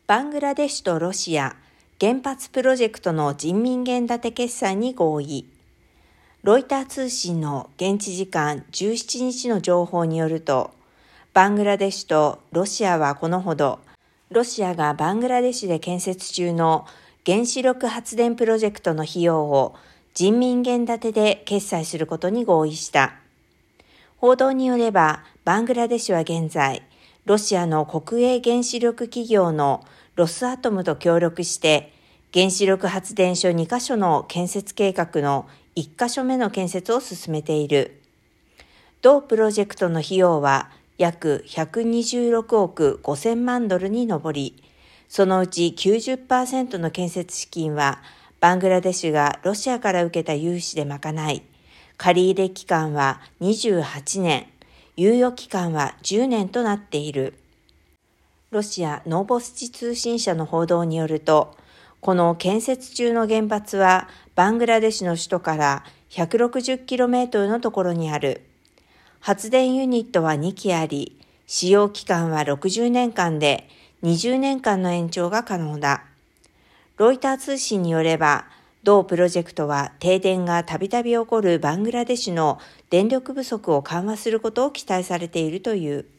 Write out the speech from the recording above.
バングラデシュとロシア、原発プロジェクトの人民元建て決済に合意。ロイター通信の現地時間17日の情報によると、バングラデシュとロシアはこのほど、ロシアがバングラデシュで建設中の原子力発電プロジェクトの費用を人民元建てで決済することに合意した。報道によれば、バングラデシュは現在、ロシアの国営原子力企業のロスアトムと協力して、原子力発電所2カ所の建設計画の1カ所目の建設を進めている。同プロジェクトの費用は約126億5000万ドルに上り、そのうち 90% の建設資金はバングラデシュがロシアから受けた融資で賄い、借入期間は28年、猶予期間は10年となっている。ロシアノーボスチ通信社の報道によると、この建設中の原発はバングラデシュの首都から 160km のところにある。発電ユニットは2基あり、使用期間は60年間で20年間の延長が可能だ。ロイター通信によれば、同プロジェクトは停電がたびたび起こるバングラデシュの電力不足を緩和することを期待されているという。